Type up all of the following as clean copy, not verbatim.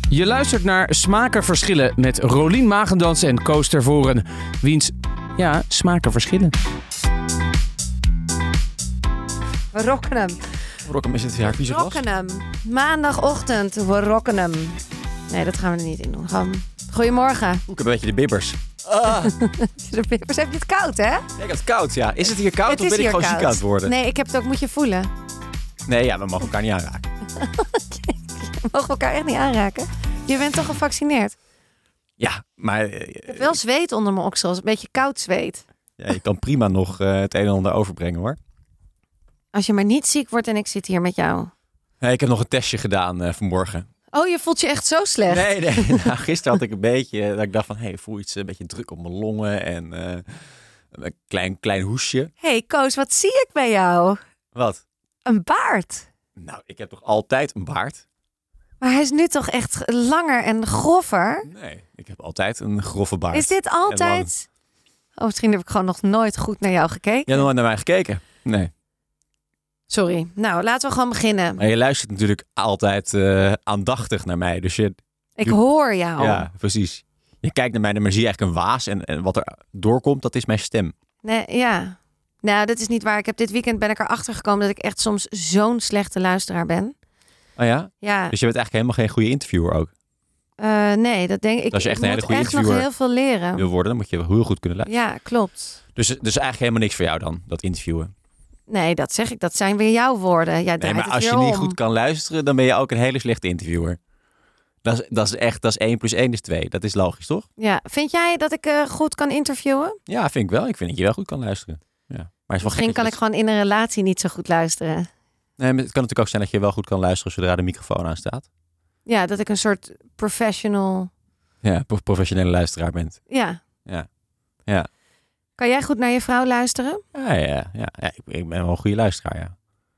Je luistert naar Smaken Verschillen met Rolien Magendans en Koos Tervoren. Wiens, smaken verschillen. We rocken hem. Rocken is het jaar We rocken hem. Maandagochtend, we rocken hem. Nee, dat gaan we er niet in doen. Gewoon, goedemorgen. Ik heb een beetje de bibbers. De pippers, heb je het koud, hè? Ik heb het koud, ja. Is het hier koud Het of is ben ik hier gewoon ziek koud. aan het worden? Nee, ik heb het ook, moet je voelen. Nee, we mogen elkaar niet aanraken. We mogen elkaar echt niet aanraken. Je bent toch gevaccineerd? Ja, maar Ik heb wel zweet onder mijn oksels. Een beetje koud zweet. je kan prima nog het een en ander overbrengen, hoor. Als je maar niet ziek wordt en ik zit hier met jou. Nee, ik heb nog een testje gedaan vanmorgen. Oh, je voelt je echt zo slecht. Nee. Nou, gisteren had ik een beetje... dat ik dacht van, ik voel iets een beetje druk op mijn longen. En een klein hoesje. Hey, Koos, wat zie ik bij jou? Wat? Een baard. Nou, ik heb toch altijd een baard? Maar hij is nu toch echt langer en groffer? Nee, ik heb altijd een grove baard. Is dit altijd... Oh, misschien heb ik gewoon nog nooit goed naar jou gekeken. Je hebt nooit naar mij gekeken? Nee. Sorry. Nou, laten we gewoon beginnen. Maar je luistert natuurlijk altijd aandachtig naar mij. Dus Ik hoor jou. ja, precies. Je kijkt naar mij en dan zie je eigenlijk een waas. En wat er doorkomt, dat is mijn stem. Nee, ja. Nou, dat is niet waar. Dit weekend ben ik erachter gekomen dat ik echt soms zo'n slechte luisteraar ben. Oh ja? Ja. Dus je bent eigenlijk helemaal geen goede interviewer ook. Nee, dat denk ik. Als je echt een hele moet goede echt nog interviewer heel veel leren. Wil worden, dan moet je heel goed kunnen luisteren. Ja, klopt. Dus eigenlijk helemaal niks voor jou dan, dat interviewen. Nee, dat zeg ik. Dat zijn weer jouw woorden. Jij Nee, draait maar het als weer je niet om. goed kan luisteren, dan ben je ook een hele slechte interviewer. Dat is 1 + 1 is 2. Dat is logisch, toch? Ja. Vind jij dat ik goed kan interviewen? Ja, vind ik wel. Ik vind dat je wel goed kan luisteren. Ja. Maar het is wel Misschien gek kan dat ik gewoon in een relatie niet zo goed luisteren. Nee, maar het kan natuurlijk ook zijn dat je wel goed kan luisteren zodra de microfoon aan staat. Ja, dat ik een soort professional... Ja, professionele luisteraar bent. Ja. Ja. Kan jij goed naar je vrouw luisteren? Ja, ik ben wel een goede luisteraar, ja.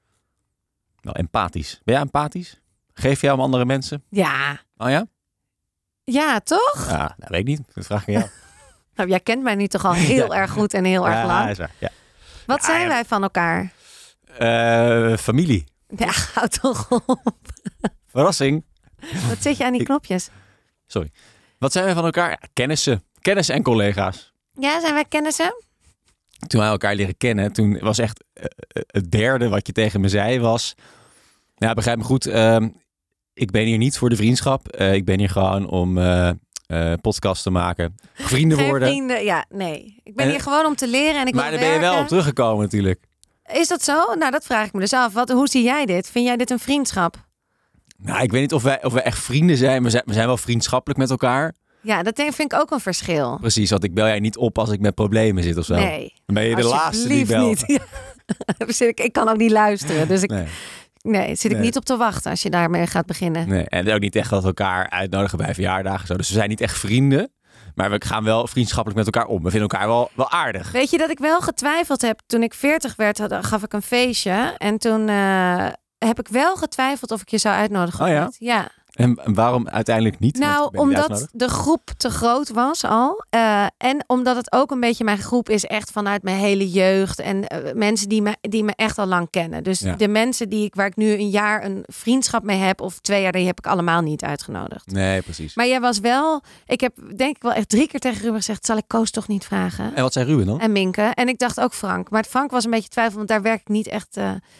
Wel empathisch. Ben jij empathisch? Geef jij om andere mensen? Ja. Oh ja? Ja, toch? Ja, dat weet ik niet. Dat vraag ik aan jou. Nou, jij kent mij nu toch al heel erg goed en heel erg lang. Is waar. Ja. Wat zijn wij van elkaar? Familie. Ja, houd toch op. Verrassing. Wat zit je aan die knopjes? Sorry. Wat zijn wij van elkaar? Ja, kennissen. Kennissen en collega's. Ja, zijn wij kennissen? Toen wij elkaar leren kennen, toen was echt het derde wat je tegen me zei was... Ja, begrijp me goed. Ik ben hier niet voor de vriendschap. Ik ben hier gewoon om podcast te maken. Vrienden Geen worden. vrienden, ja, nee. Ik ben hier gewoon om te leren en ik wil Maar daar ben je wel op teruggekomen natuurlijk. Is dat zo? Nou, dat vraag ik me dus af. Hoe zie jij dit? Vind jij dit een vriendschap? Nou, ik weet niet of wij echt vrienden zijn. We zijn wel vriendschappelijk met elkaar. Ja, dat vind ik ook een verschil. Precies, want ik bel jij niet op als ik met problemen zit of zo. Nee. Dan ben je de laatste die Alsjeblieft belt. niet. Ja. Ik kan ook niet luisteren. Dus Nee. zit ik niet op te wachten als je daarmee gaat beginnen. Nee, en ook niet echt dat we elkaar uitnodigen bij verjaardagen. Zo. Dus we zijn niet echt vrienden. Maar we gaan wel vriendschappelijk met elkaar om. We vinden elkaar wel aardig. Weet je dat ik wel getwijfeld heb toen ik 40 werd, gaf ik een feestje. En toen heb ik wel getwijfeld of ik je zou uitnodigen. Oh ja? Of niet. Ja. En waarom uiteindelijk niet? Nou, Want ben je niet omdat uitgenodigd? de groep te groot was al. En omdat het ook een beetje mijn groep is echt vanuit mijn hele jeugd. En mensen die me echt al lang kennen. Dus Ja. de mensen waar ik nu een jaar een vriendschap mee heb. Of 2 jaar, die heb ik allemaal niet uitgenodigd. Nee, precies. Maar jij was wel... Ik heb denk ik wel echt 3 keer tegen Ruben gezegd... zal ik Koos toch niet vragen? En wat zei Ruben dan? En Minke. En ik dacht ook Frank. Maar Frank was een beetje twijfel, want daar werk ik niet echt...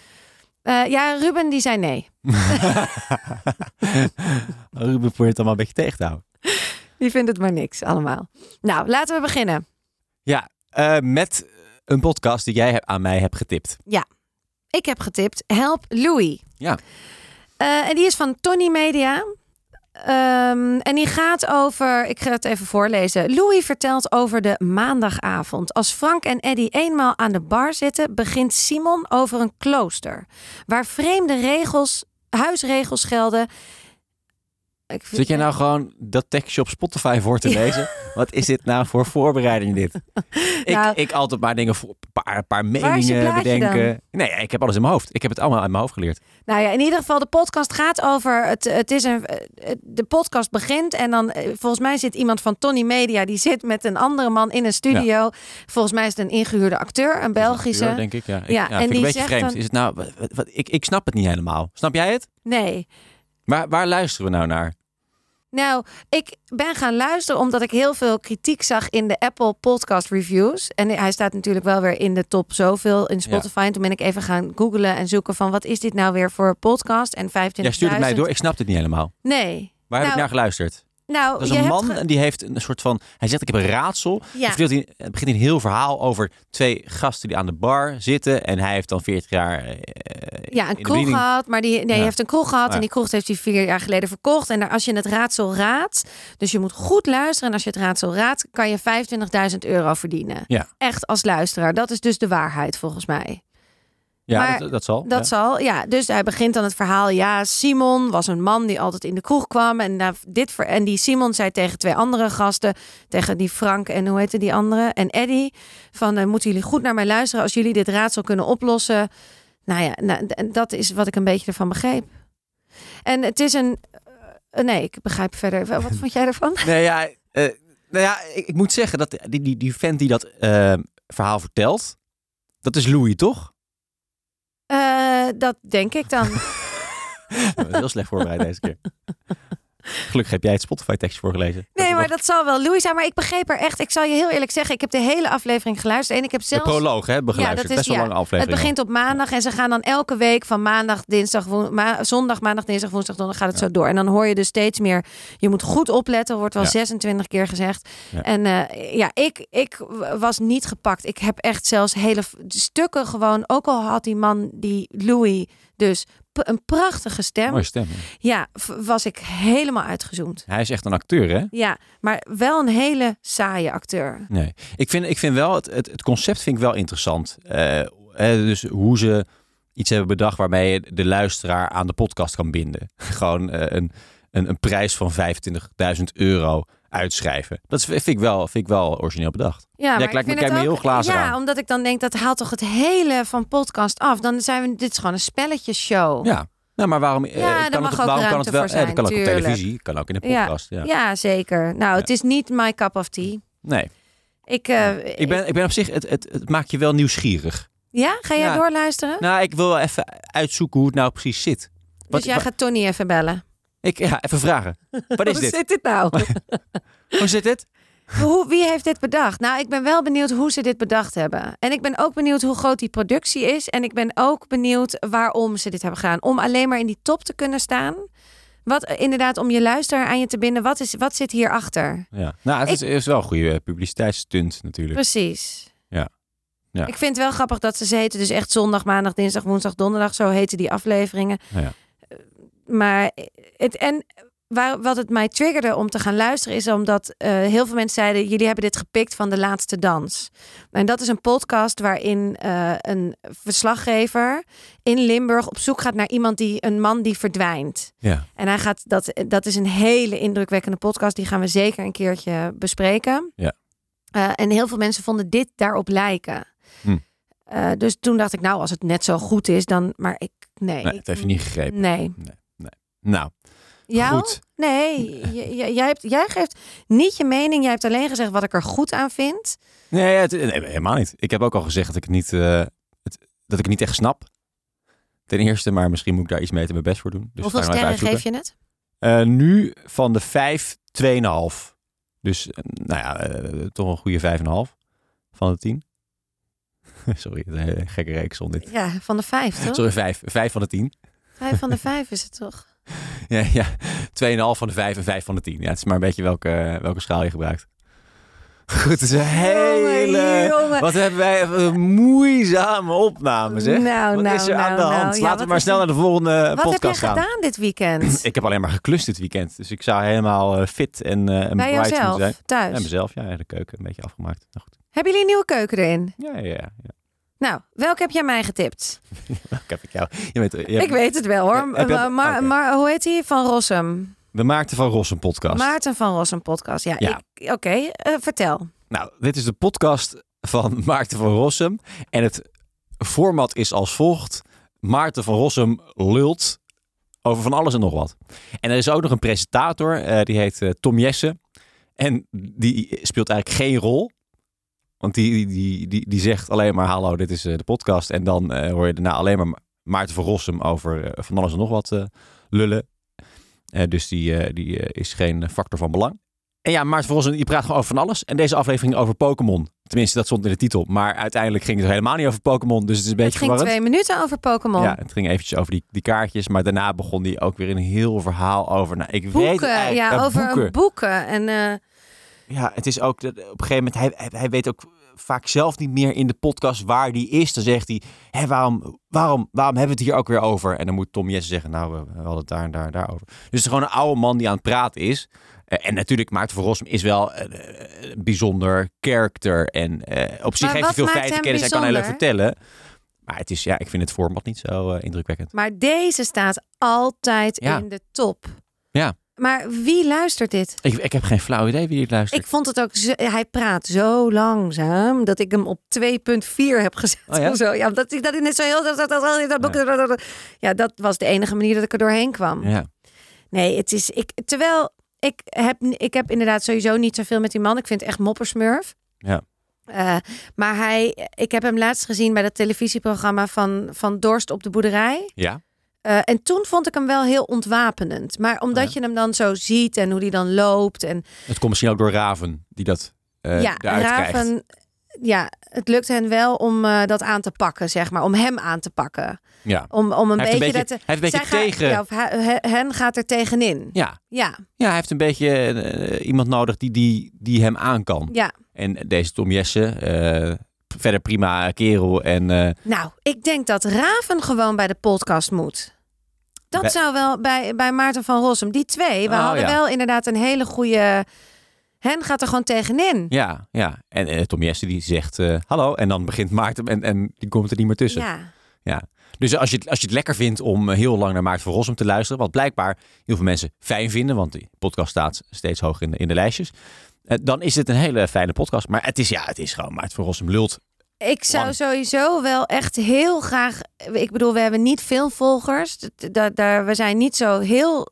ja, Ruben die zei nee. Ruben probeert het allemaal een beetje tegen te houden. Die vindt het maar niks allemaal. Nou, laten we beginnen. Ja, met een podcast die jij aan mij hebt getipt. Ik heb getipt Help Louis. Ja. En die is van Tony Media. En die gaat over... Ik ga het even voorlezen. Louis vertelt over de maandagavond. Als Frank en Eddie eenmaal aan de bar zitten... begint Simon over een klooster. Waar vreemde huisregels gelden... Zit jij nou gewoon dat tekstje op Spotify voor te lezen? Wat is dit nou voor voorbereiding dit? Ik altijd maar dingen voor een paar meningen bedenken. Nee, ik heb alles in mijn hoofd. Ik heb het allemaal uit mijn hoofd geleerd. Nou ja, in ieder geval de podcast gaat over... De podcast begint en dan... Volgens mij zit iemand van Tony Media... die zit met een andere man in een studio. Ja. Volgens mij is het een ingehuurde acteur, een Belgische. Acteur, denk ik, ja. Ja, vind ik een beetje vreemd. Dan... Is het nou... Ik snap het niet helemaal. Snap jij het? Nee. Waar luisteren we nou naar? Nou, ik ben gaan luisteren omdat ik heel veel kritiek zag in de Apple Podcast Reviews. En hij staat natuurlijk wel weer in de top zoveel in Spotify. En toen ben ik even gaan googlen en zoeken van wat is dit nou weer voor podcast? En 25.000. Jij stuurde het mij door, ik snapte het niet helemaal. Nee. Waar heb ik naar geluisterd? Nou, dat is een man en die heeft een soort van... Hij zegt, ik heb een raadsel. Ja. Het begint een heel verhaal over 2 gasten die aan de bar zitten. En hij heeft dan 40 jaar een kroeg gehad. Maar hij heeft een kroeg gehad. Ja. En die kroeg heeft hij 4 jaar geleden verkocht. En als je het raadsel raadt... Dus je moet goed luisteren. En als je het raadsel raadt... kan je €25.000 verdienen. Ja. Echt als luisteraar. Dat is dus de waarheid volgens mij. Ja, maar dat zal. Dat zal, ja. Dus hij begint dan het verhaal. Ja, Simon was een man die altijd in de kroeg kwam. En die Simon zei tegen 2 andere gasten. Tegen die Frank en hoe heette die andere? En Eddie. Van, moeten jullie goed naar mij luisteren als jullie dit raadsel kunnen oplossen. Nou ja, dat is wat ik een beetje ervan begreep. En het is een... nee, ik begrijp verder. Wat vond jij ervan? Ik moet zeggen dat die vent die dat verhaal vertelt... Dat is Louis, toch? Dat denk ik dan. Heel slecht voorbereid deze keer. Gelukkig heb jij het Spotify-tekstje voorgelezen. Nee, maar dat zal wel Louis zijn. Maar ik begreep er echt... Ik zal je heel eerlijk zeggen... Ik heb de hele aflevering geluisterd. En ik heb zelfs... De proloog, hè? Begeluisterd. Best wel lange aflevering. Het begint op maandag. En ze gaan dan elke week van maandag, dinsdag, zondag, maandag, dinsdag, woensdag, donderdag gaat het zo door. En dan hoor je dus steeds meer... Je moet goed opletten. Wordt wel 26 keer gezegd. Ja. En ik was niet gepakt. Ik heb echt zelfs hele stukken gewoon... Ook al had die man, die Louis... Dus een prachtige stem. Mooie stem. Ja, was ik helemaal uitgezoomd. Hij is echt een acteur, hè? Ja, maar wel een hele saaie acteur. Nee, ik vind wel, het concept vind ik wel interessant. Dus hoe ze iets hebben bedacht waarmee je de luisteraar aan de podcast kan binden. Gewoon een prijs van €25.000 uitschrijven. Dat vind ik wel origineel bedacht. Ja, maar kijk me heel glazig aan. Ja, omdat ik dan denk, dat haalt toch het hele van podcast af. Dan zijn we, dit is gewoon een spelletjeshow. Ja, nou, maar waarom? Ja, daar mag ook ruimte voor zijn. Dat kan ook op televisie, kan ook in een podcast. Ja, zeker. Nou, het is niet my cup of tea. Nee. Ik ben op zich, het maakt je wel nieuwsgierig. Ja, ga jij doorluisteren? Nou, ik wil wel even uitzoeken hoe het nou precies zit. Dus jij gaat Tony even bellen? Even vragen. Wat is dit? Hoe zit dit nou? Hoe zit dit? Wie heeft dit bedacht? Nou, ik ben wel benieuwd hoe ze dit bedacht hebben. En ik ben ook benieuwd hoe groot die productie is. En ik ben ook benieuwd waarom ze dit hebben gedaan. Om alleen maar in die top te kunnen staan. Inderdaad, om je luisteraar aan je te binden. Wat zit hierachter? Ja, nou, het is wel een goede publiciteitsstunt natuurlijk. Precies. Ja. Ik vind het wel grappig dat ze heten dus echt zondag, maandag, dinsdag, woensdag, donderdag. Zo heten die afleveringen. Ja. Maar wat het mij triggerde om te gaan luisteren is omdat heel veel mensen zeiden, jullie hebben dit gepikt van De Laatste Dans. En dat is een podcast waarin een verslaggever in Limburg op zoek gaat naar een man die verdwijnt. Ja. En hij gaat dat is een hele indrukwekkende podcast. Die gaan we zeker een keertje bespreken. Ja. En heel veel mensen vonden dit daarop lijken. Dus toen dacht ik, nou, als het net zo goed is, dan... Maar nee, het heeft je niet gegrepen. Nee. Nou, jou? goed. Nee, jij geeft niet je mening. Jij hebt alleen gezegd wat ik er goed aan vind. Nee, helemaal niet. Ik heb ook al gezegd dat ik het niet echt snap. Ten eerste, maar misschien moet ik daar iets mee te mijn best voor doen. Dus hoeveel sterren geef je het? Nu van de 5, 2,5. Dus toch een goede 5,5 van de 10. Sorry, een hele gekke reeks dit. Ja, van de 5, toch? Sorry, 5 van de 10. 5 van de 5 is het toch? Ja, 2,5 van de 5 en 5 van de 10. Ja, het is maar een beetje welke schaal je gebruikt. Goed, het is een hele... Wat hebben wij een moeizame opnames, hè? Wat is er aan de hand? Laten we maar snel naar de volgende podcast gaan. Wat heb je gedaan dit weekend? Ik heb alleen maar geklust dit weekend. Dus ik zou helemaal fit en bij jezelf, zijn. Thuis? En mezelf, ja. De keuken een beetje afgemaakt. Nou, goed. Hebben jullie een nieuwe keuken erin? Ja. Nou, welke heb jij mij getipt? Welke heb ik jou? Ik weet het wel, hoor. Maar hoe heet die? Van Rossum. De Maarten van Rossum podcast. Maarten van Rossum podcast, ja. Oké, vertel. Nou, dit is de podcast van Maarten van Rossum. En het format is als volgt. Maarten van Rossum lult over van alles en nog wat. En er is ook nog een presentator, die heet Tom Jessen. En die speelt eigenlijk geen rol. Want die zegt alleen maar, hallo, dit is de podcast. En dan hoor je daarna alleen maar Maarten van Rossum over van alles en nog wat lullen. Dus die is geen factor van belang. En ja, Maarten van Rossum, je praat gewoon over van alles. En deze aflevering over Pokémon. Tenminste, dat stond in de titel. Maar uiteindelijk ging het helemaal niet over Pokémon. Dus het is een beetje verwarrend. Het ging 2 minuten over Pokémon. Ja, het ging eventjes over die kaartjes. Maar daarna begon hij ook weer een heel verhaal over... Nou, ik boeken, weet het eigenlijk, over boeken. En, ja, het is ook... Op een gegeven moment... Hij weet ook vaak zelf niet meer in de podcast waar die is. Dan zegt hij... waarom hebben we het hier ook weer over? En dan moet Tom Jessen zeggen... Nou, we hadden het daar en daar over. Dus het is gewoon een oude man die aan het praten is... En natuurlijk, Maarten van Rossum is wel een bijzonder karakter. En op zich heeft hij veel feitenkennis en kan heel erg vertellen. Maar het is, ik vind het format niet zo indrukwekkend. Maar deze staat altijd in de top. Ja. Maar wie luistert dit? Ik heb geen flauw idee wie dit luistert. Ik vond het ook... Hij praat zo langzaam dat ik hem op 2.4 heb gezet. Oh ja? Of zo. Ja, dat ik dat net zo heel... Ja, dat was de enige manier dat ik er doorheen kwam. Ja. Nee, het is... Terwijl... Ik heb inderdaad sowieso niet zoveel met die man. Ik vind het echt moppersmurf. Ja. Maar ik heb hem laatst gezien bij dat televisieprogramma van Dorst op de boerderij. Ja. En toen vond ik hem wel heel ontwapenend. Maar omdat je hem dan zo ziet en hoe die dan loopt. En... Het komt misschien ook door Raven die dat eruit Raven, krijgt. Ja, het lukt hen wel om dat aan te pakken, zeg maar. Om hem aan te pakken. Ja. Om een beetje... Hij heeft een beetje tegen... of hen gaat er tegenin. Ja. Ja, hij heeft een beetje iemand nodig die hem aan kan. Ja. En deze Tom Jessen, verder prima kerel. En, Nou, ik denk dat Raven gewoon bij de podcast moet. Dat zou wel bij Maarten van Rossum. Die twee, we hadden wel inderdaad een hele goede... Hen gaat er gewoon tegenin. Ja. En Tom Jessen die zegt hallo. En dan begint Maarten en die komt er niet meer tussen. Ja. Dus als je het lekker vindt om heel lang naar Maarten van Rossum te luisteren... wat blijkbaar heel veel mensen fijn vinden... want die podcast staat steeds hoog in de lijstjes... dan is het een hele fijne podcast. Maar het is gewoon Maarten van Rossum lult. Ik zou sowieso wel echt heel graag... Ik bedoel, we hebben niet veel volgers. We zijn niet zo heel...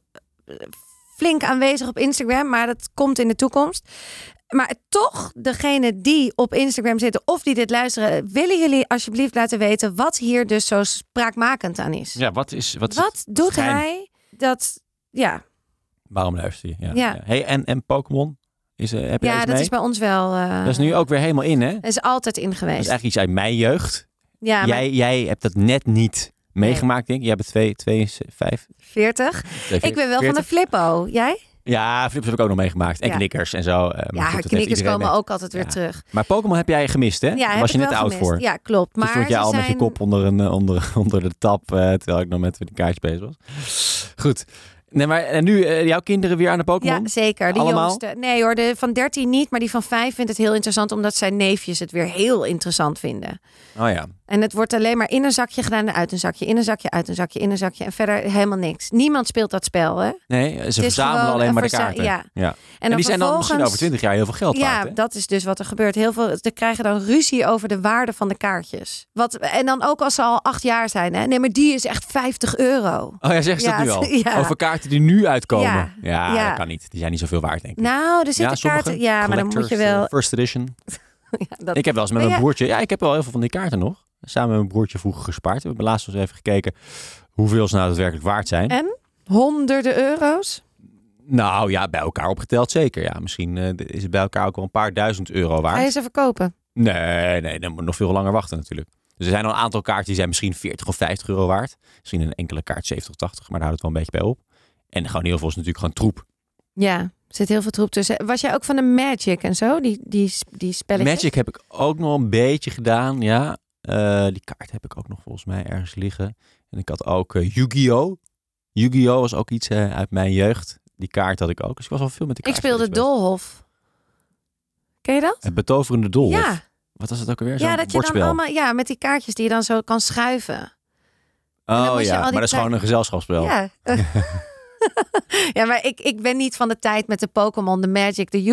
flink aanwezig op Instagram, maar dat komt in de toekomst. Maar toch, degene die op Instagram zitten of die dit luisteren, willen jullie alsjeblieft laten weten wat hier dus zo spraakmakend aan is. Ja, wat doet hij dat? Ja. Waarom luister je? Ja. Hey, en Pokémon? Heb je dat mee? is bij ons wel. Dat is nu ook weer helemaal in, hè? Dat is altijd in geweest. Dat is eigenlijk iets uit mijn jeugd. Ja, jij hebt dat net niet meegemaakt, denk ik. Jij bent 52. 40. Ik ben wel van de Flippo. Jij? Ja, Flips heb ik ook nog meegemaakt. En knikkers en zo. Maar knikkers komen ook altijd weer terug. Maar Pokémon heb jij gemist, hè? Ja, was je net oud voor? Ja, klopt. Maar dus stond jij al met je kop onder de tap, terwijl ik nog met de kaartjes bezig was. Goed. Nee, maar en nu jouw kinderen weer aan de Pokémon? Ja, zeker. De jongste. Nee hoor, de van 13 niet, maar die van 5 vindt het heel interessant, omdat zijn neefjes het weer heel interessant vinden. Oh ja. En het wordt alleen maar in een zakje gedaan en uit een zakje, in een zakje, uit een zakje, in een zakje en verder helemaal niks. Niemand speelt dat spel, hè? Nee, ze verzamelen alleen maar de kaarten. Ja. En die zijn dan misschien over 20 jaar heel veel geld waard. Ja, dat is dus wat er gebeurt. Heel veel, ze krijgen dan ruzie over de waarde van de kaartjes. En dan ook als ze al 8 jaar zijn, hè? Nee, maar die is echt €50. Oh ja, zeggen ze dat nu al? Ja. Over kaarten die nu uitkomen? Ja, dat kan niet. Die zijn niet zoveel waard, denk ik. Nou, er zitten kaarten... Ja, maar dan moet je wel... First edition. Ik heb wel eens met mijn broertje... Ja, ik heb wel heel veel van die kaarten nog. Samen met mijn broertje vroeger gespaard. We hebben laatst eens even gekeken hoeveel ze nou daadwerkelijk waard zijn. En? Honderden euro's? Nou ja, bij elkaar opgeteld zeker. Ja, misschien is het bij elkaar ook wel een paar €1000 waard. Ga je ze verkopen? Nee, dan moet nog veel langer wachten natuurlijk. Dus er zijn al een aantal kaarten die zijn misschien €40 of €50 waard. Misschien een enkele kaart 70 of 80, maar daar houdt het wel een beetje bij op. En gewoon heel veel is natuurlijk gewoon troep. Ja, er zit heel veel troep tussen. Was jij ook van de Magic en zo? Die spelletjes? Magic heb ik ook nog een beetje gedaan, ja. Die kaart heb ik ook nog volgens mij ergens liggen. En ik had ook Yu-Gi-Oh! Yu-Gi-Oh! Was ook iets uit mijn jeugd. Die kaart had ik ook. Dus ik was al veel met die kaart. Ik speelde Doolhof. Ken je dat? Het betoverende Doolhof. Ja. Wat was het ook alweer? Ja, dat je dan allemaal... Ja, met die kaartjes die je dan zo kan schuiven. Oh ja, maar dat is gewoon een gezelschapsspel. Ja. Ja, maar ik ben niet van de tijd met de Pokémon, de Magic, de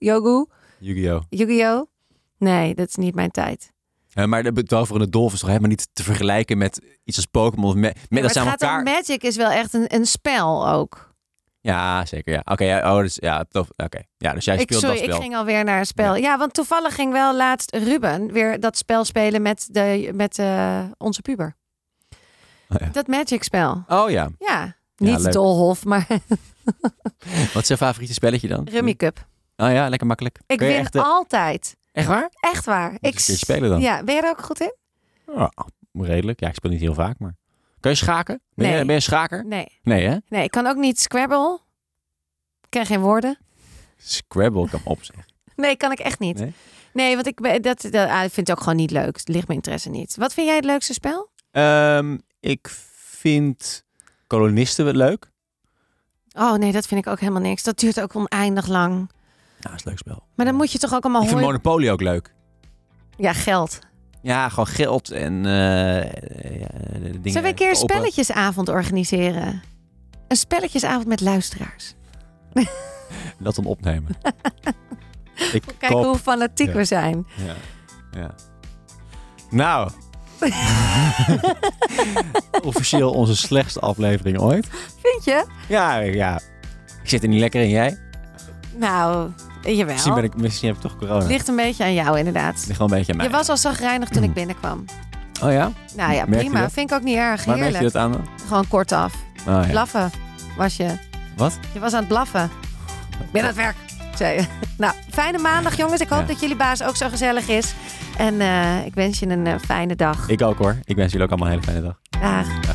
Yu-Gi-Oh! Nee, dat is niet mijn tijd. Maar de betoverende Dolf is toch helemaal niet te vergelijken met iets als Pokémon. Dat zijn elkaar... Magic is wel echt een spel ook. Ja, zeker. Ja. Oké. Dus jij speelt dat spel. Ik ging alweer naar een spel. Ja, want toevallig ging wel laatst Ruben weer dat spel spelen met onze puber. Oh, ja. Dat Magic spel. Oh ja. Ja. Niet leuk. Doolhof, maar Wat is jouw favoriete spelletje dan? Rummy Cup. Oh ja, lekker makkelijk. Ik Kun je win echt, altijd. echt waar? Echt waar. Moet eens een keertje spelen dan. Ja, ben je er ook goed in? Ja, redelijk. Ja, ik speel niet heel vaak, maar... Kan je schaken? Ben je een schaker? Nee. Nee, hè? Nee, ik kan ook niet Scrabble. Ik ken geen woorden. Scrabble kan op zich. Nee, kan ik echt niet. Nee? Nee, want ik vind het ook gewoon niet leuk. Het ligt mijn interesse niet. Wat vind jij het leukste spel? Ik vind kolonisten wel leuk. Oh nee, dat vind ik ook helemaal niks. Dat duurt ook oneindig lang. Nou, dat is een leuk spel. Maar dan moet je toch ook allemaal Ik vind hooi... Monopoly ook leuk. Ja, geld. Ja, gewoon geld en dingen. Zullen we een keer een kopen. spelletjesavond organiseren? Een spelletjesavond met luisteraars. Dat dan opnemen. Ik Kijken koop... hoe fanatiek we zijn. Ja. Nou. Officieel onze slechtste aflevering ooit. Vind je? Ja. Ik zit er niet lekker in, jij? Nou, jawel. Misschien heb ik toch corona. Ligt een beetje aan jou inderdaad. Ligt gewoon een beetje aan mij. Je was al zagrijnig toen ik binnenkwam. Oh ja? Nou ja, Merk je prima. dat? Vind ik ook niet erg. Waar merk Heerlijk. je dat aan dan? Gewoon kortaf. Oh, ja. Blaffen was je. Wat? Je was aan het blaffen. Ik ben aan het werk, zei je. Nou, fijne maandag jongens. Ik hoop Ja. dat jullie baas ook zo gezellig is. En ik wens je een fijne dag. Ik ook hoor. Ik wens jullie ook allemaal een hele fijne dag. Dag.